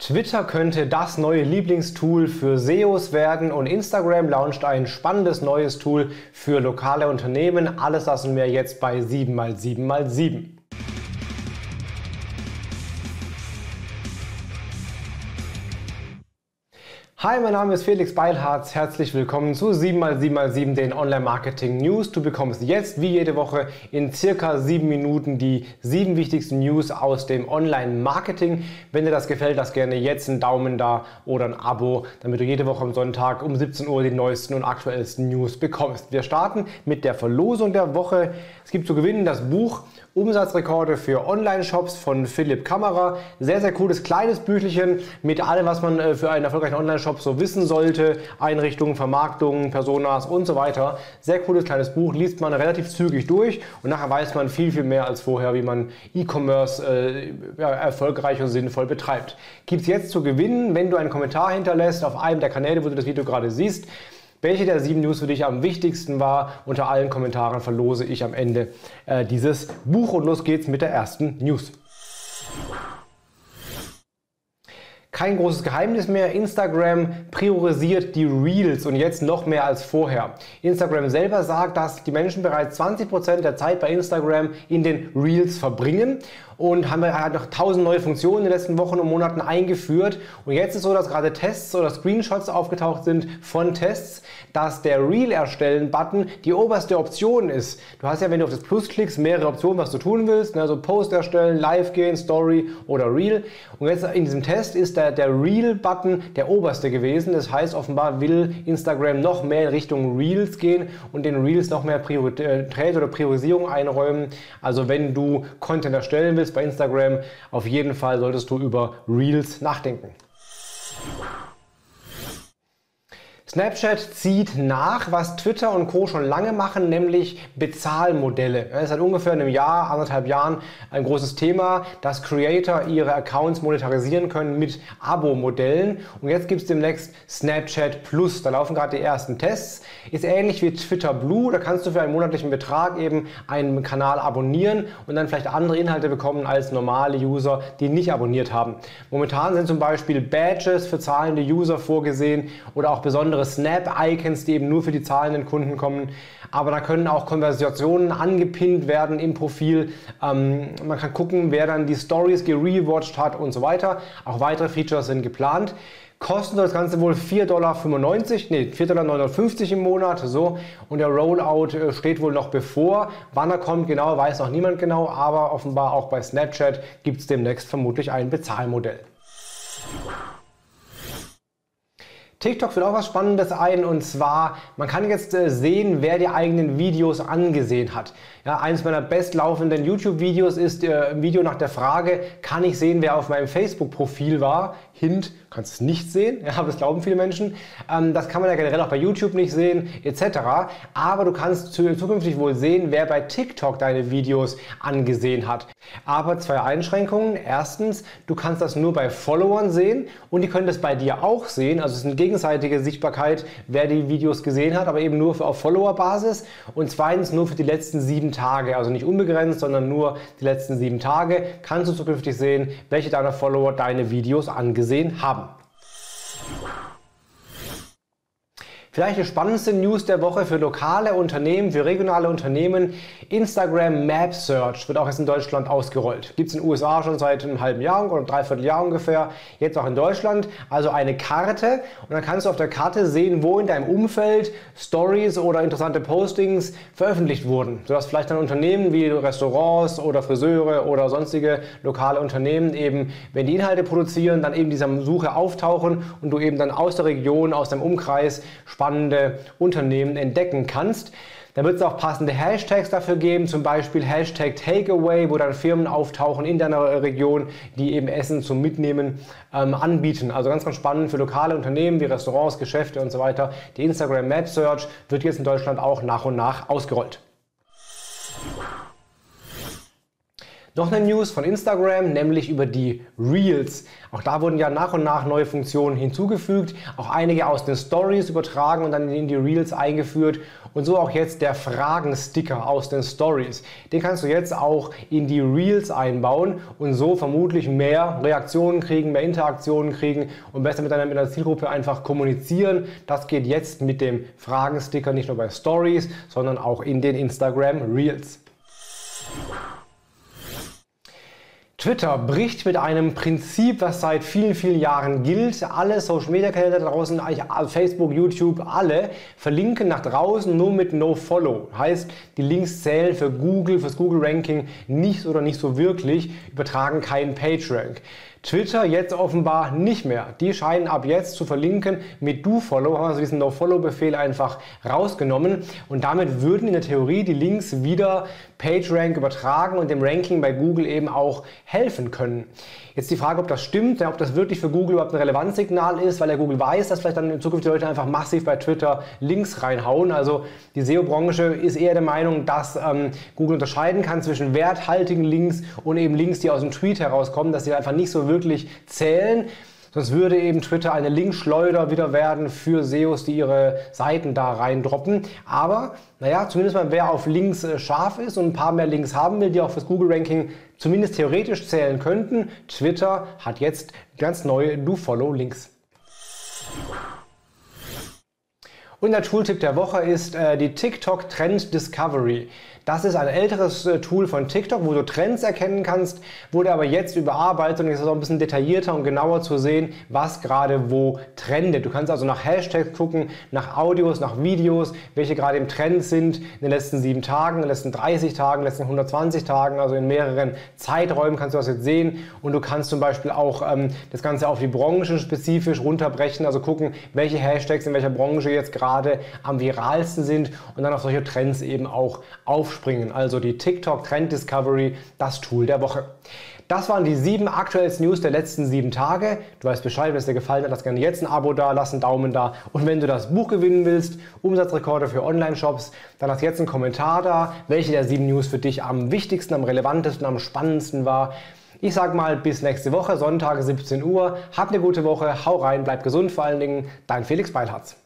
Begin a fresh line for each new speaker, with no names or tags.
Twitter könnte das neue Lieblingstool für SEOs werden und Instagram launcht ein spannendes neues Tool für lokale Unternehmen. Alles das und mehr jetzt bei 7x7x7. Hi, mein Name ist Felix Beilharz. Herzlich willkommen zu 7x7x7, den Online-Marketing-News. Du bekommst jetzt wie jede Woche in circa 7 Minuten die 7 wichtigsten News aus dem Online-Marketing. Wenn dir das gefällt, lass gerne jetzt einen Daumen da oder ein Abo, damit du jede Woche am Sonntag um 17 Uhr die neuesten und aktuellsten News bekommst. Wir starten mit der Verlosung der Woche. Es gibt zu gewinnen das Buch Umsatzrekorde für Online-Shops von Philipp Kammerer. Sehr, sehr cooles kleines Büchelchen mit allem, was man für einen erfolgreichen Online-Shop so wissen sollte. Einrichtungen, Vermarktungen, Personas und so weiter. Sehr cooles kleines Buch, liest man relativ zügig durch und nachher weiß man viel, viel mehr als vorher, wie man E-Commerce erfolgreich und sinnvoll betreibt. Gibt es jetzt zu gewinnen, wenn du einen Kommentar hinterlässt auf einem der Kanäle, wo du das Video gerade siehst. Welche der 7 News für dich am wichtigsten war, unter allen Kommentaren verlose ich am Ende dieses Buch. Und los geht's mit der ersten News. Kein großes Geheimnis mehr, Instagram priorisiert die Reels und jetzt noch mehr als vorher. Instagram selber sagt, dass die Menschen bereits 20% der Zeit bei Instagram in den Reels verbringen und haben halt noch 1000 neue Funktionen in den letzten Wochen und Monaten eingeführt. Und jetzt ist es so, dass gerade Tests oder Screenshots aufgetaucht sind von Tests, dass der Reel-Erstellen-Button die oberste Option ist. Du hast ja, wenn du auf das Plus klickst, mehrere Optionen, was du tun willst. Also Post erstellen, Live gehen, Story oder Reel. Und jetzt in diesem Test ist der Reel-Button der oberste gewesen. Das heißt, offenbar will Instagram noch mehr in Richtung Reels gehen und den Reels noch mehr Priorität oder Priorisierung einräumen. Also wenn du Content erstellen willst bei Instagram, auf jeden Fall solltest du über Reels nachdenken. Snapchat zieht nach, was Twitter und Co. schon lange machen, nämlich Bezahlmodelle. Es ist seit ungefähr einem Jahr, 1,5 Jahren ein großes Thema, dass Creator ihre Accounts monetarisieren können mit Abo-Modellen. Und jetzt gibt es demnächst Snapchat Plus. Da laufen gerade die ersten Tests. Ist ähnlich wie Twitter Blue. Da kannst du für einen monatlichen Betrag eben einen Kanal abonnieren und dann vielleicht andere Inhalte bekommen als normale User, die nicht abonniert haben. Momentan sind zum Beispiel Badges für zahlende User vorgesehen oder auch besondere Snap-Icons, die eben nur für die zahlenden Kunden kommen. Aber da können auch Konversationen angepinnt werden im Profil. Man kann gucken, wer dann die Stories gerewatcht hat und so weiter. Auch weitere Features sind geplant. Kosten soll das Ganze wohl $4,59 im Monat. So. Und der Rollout steht wohl noch bevor. Wann er kommt, genau, weiß noch niemand genau. Aber offenbar auch bei Snapchat gibt es demnächst vermutlich ein Bezahlmodell. TikTok führt auch was Spannendes ein, und zwar, man kann jetzt sehen, wer die eigenen Videos angesehen hat. Ja, eines meiner bestlaufenden YouTube-Videos ist ein Video nach der Frage, kann ich sehen, wer auf meinem Facebook-Profil war? Hint, kannst es nicht sehen, ja, aber das glauben viele Menschen. Das kann man ja generell auch bei YouTube nicht sehen, etc. Aber du kannst zukünftig wohl sehen, wer bei TikTok deine Videos angesehen hat. Aber 2 Einschränkungen. Erstens, du kannst das nur bei Followern sehen und die können das bei dir auch sehen. Also es ist eine gegenseitige Sichtbarkeit, wer die Videos gesehen hat, aber eben nur auf Follower-Basis. Und zweitens nur für die letzten 7 Tage, also nicht unbegrenzt, sondern nur die letzten 7 Tage kannst du zukünftig sehen, welche deiner Follower deine Videos angesehen haben. Vielleicht die spannendste News der Woche für lokale Unternehmen, für regionale Unternehmen. Instagram Map Search wird auch jetzt in Deutschland ausgerollt. Gibt es in den USA schon seit einem halben Jahr oder einem Dreivierteljahr ungefähr. Jetzt auch in Deutschland. Also eine Karte. Und dann kannst du auf der Karte sehen, wo in deinem Umfeld Stories oder interessante Postings veröffentlicht wurden. Sodass vielleicht dann Unternehmen wie Restaurants oder Friseure oder sonstige lokale Unternehmen eben, wenn die Inhalte produzieren, dann eben dieser Suche auftauchen und du eben dann aus der Region, aus deinem Umkreis spannende Unternehmen entdecken kannst. Da wird es auch passende Hashtags dafür geben, zum Beispiel Hashtag Takeaway, wo dann Firmen auftauchen in deiner Region, die eben Essen zum Mitnehmen anbieten. Also ganz, ganz spannend für lokale Unternehmen wie Restaurants, Geschäfte und so weiter. Die Instagram Map Search wird jetzt in Deutschland auch nach und nach ausgerollt. Noch eine News von Instagram, nämlich über die Reels. Auch da wurden ja nach und nach neue Funktionen hinzugefügt, auch einige aus den Stories übertragen und dann in die Reels eingeführt. Und so auch jetzt der Fragensticker aus den Stories. Den kannst du jetzt auch in die Reels einbauen und so vermutlich mehr Reaktionen kriegen, mehr Interaktionen kriegen und besser mit deiner Zielgruppe einfach kommunizieren. Das geht jetzt mit dem Fragensticker nicht nur bei Stories, sondern auch in den Instagram Reels. Twitter bricht mit einem Prinzip, was seit vielen, vielen Jahren gilt. Alle Social Media Kanäle da draußen, eigentlich Facebook, YouTube, alle verlinken nach draußen nur mit NoFollow. Heißt, die Links zählen für Google, fürs Google Ranking nicht oder nicht so wirklich, übertragen keinen PageRank. Twitter jetzt offenbar nicht mehr. Die scheinen ab jetzt zu verlinken mit DoFollow, haben also diesen NoFollow-Befehl einfach rausgenommen und damit würden in der Theorie die Links wieder PageRank übertragen und dem Ranking bei Google eben auch helfen können. Jetzt die Frage, ob das stimmt, ob das wirklich für Google überhaupt ein Relevanzsignal ist, weil der Google weiß, dass vielleicht dann in Zukunft die Leute einfach massiv bei Twitter Links reinhauen. Also die SEO-Branche ist eher der Meinung, dass Google unterscheiden kann zwischen werthaltigen Links und eben Links, die aus dem Tweet herauskommen, dass die einfach nicht so wirklich zählen. Sonst würde eben Twitter eine Linkschleuder wieder werden für SEOs, die ihre Seiten da reindroppen. Aber naja, zumindest mal wer auf Links scharf ist und ein paar mehr Links haben will, die auch fürs Google-Ranking zumindest theoretisch zählen könnten, Twitter hat jetzt ganz neue DoFollow-Links. Und der Tooltip der Woche ist die TikTok Trend Discovery. Das ist ein älteres Tool von TikTok, wo du Trends erkennen kannst, wurde aber jetzt überarbeitet und ist auch ein bisschen detaillierter und genauer zu sehen, was gerade wo trendet. Du kannst also nach Hashtags gucken, nach Audios, nach Videos, welche gerade im Trend sind in den letzten 7 Tagen, in den letzten 30 Tagen, in den letzten 120 Tagen, also in mehreren Zeiträumen kannst du das jetzt sehen und du kannst zum Beispiel auch das Ganze auf die Branchen spezifisch runterbrechen, also gucken, welche Hashtags in welcher Branche jetzt gerade am viralsten sind und dann auf solche Trends eben auch aufspringen. Also die TikTok Trend Discovery, das Tool der Woche. Das waren die 7 aktuellsten News der letzten 7 Tage. Du weißt Bescheid, wenn es dir gefallen hat, lass gerne jetzt ein Abo da, lass einen Daumen da. Und wenn du das Buch gewinnen willst, Umsatzrekorde für Online-Shops, dann lass jetzt einen Kommentar da, welche der 7 News für dich am wichtigsten, am relevantesten, am spannendsten war. Ich sag mal bis nächste Woche, Sonntag 17 Uhr. Hab eine gute Woche, hau rein, bleib gesund vor allen Dingen. Dein Felix Beilharz.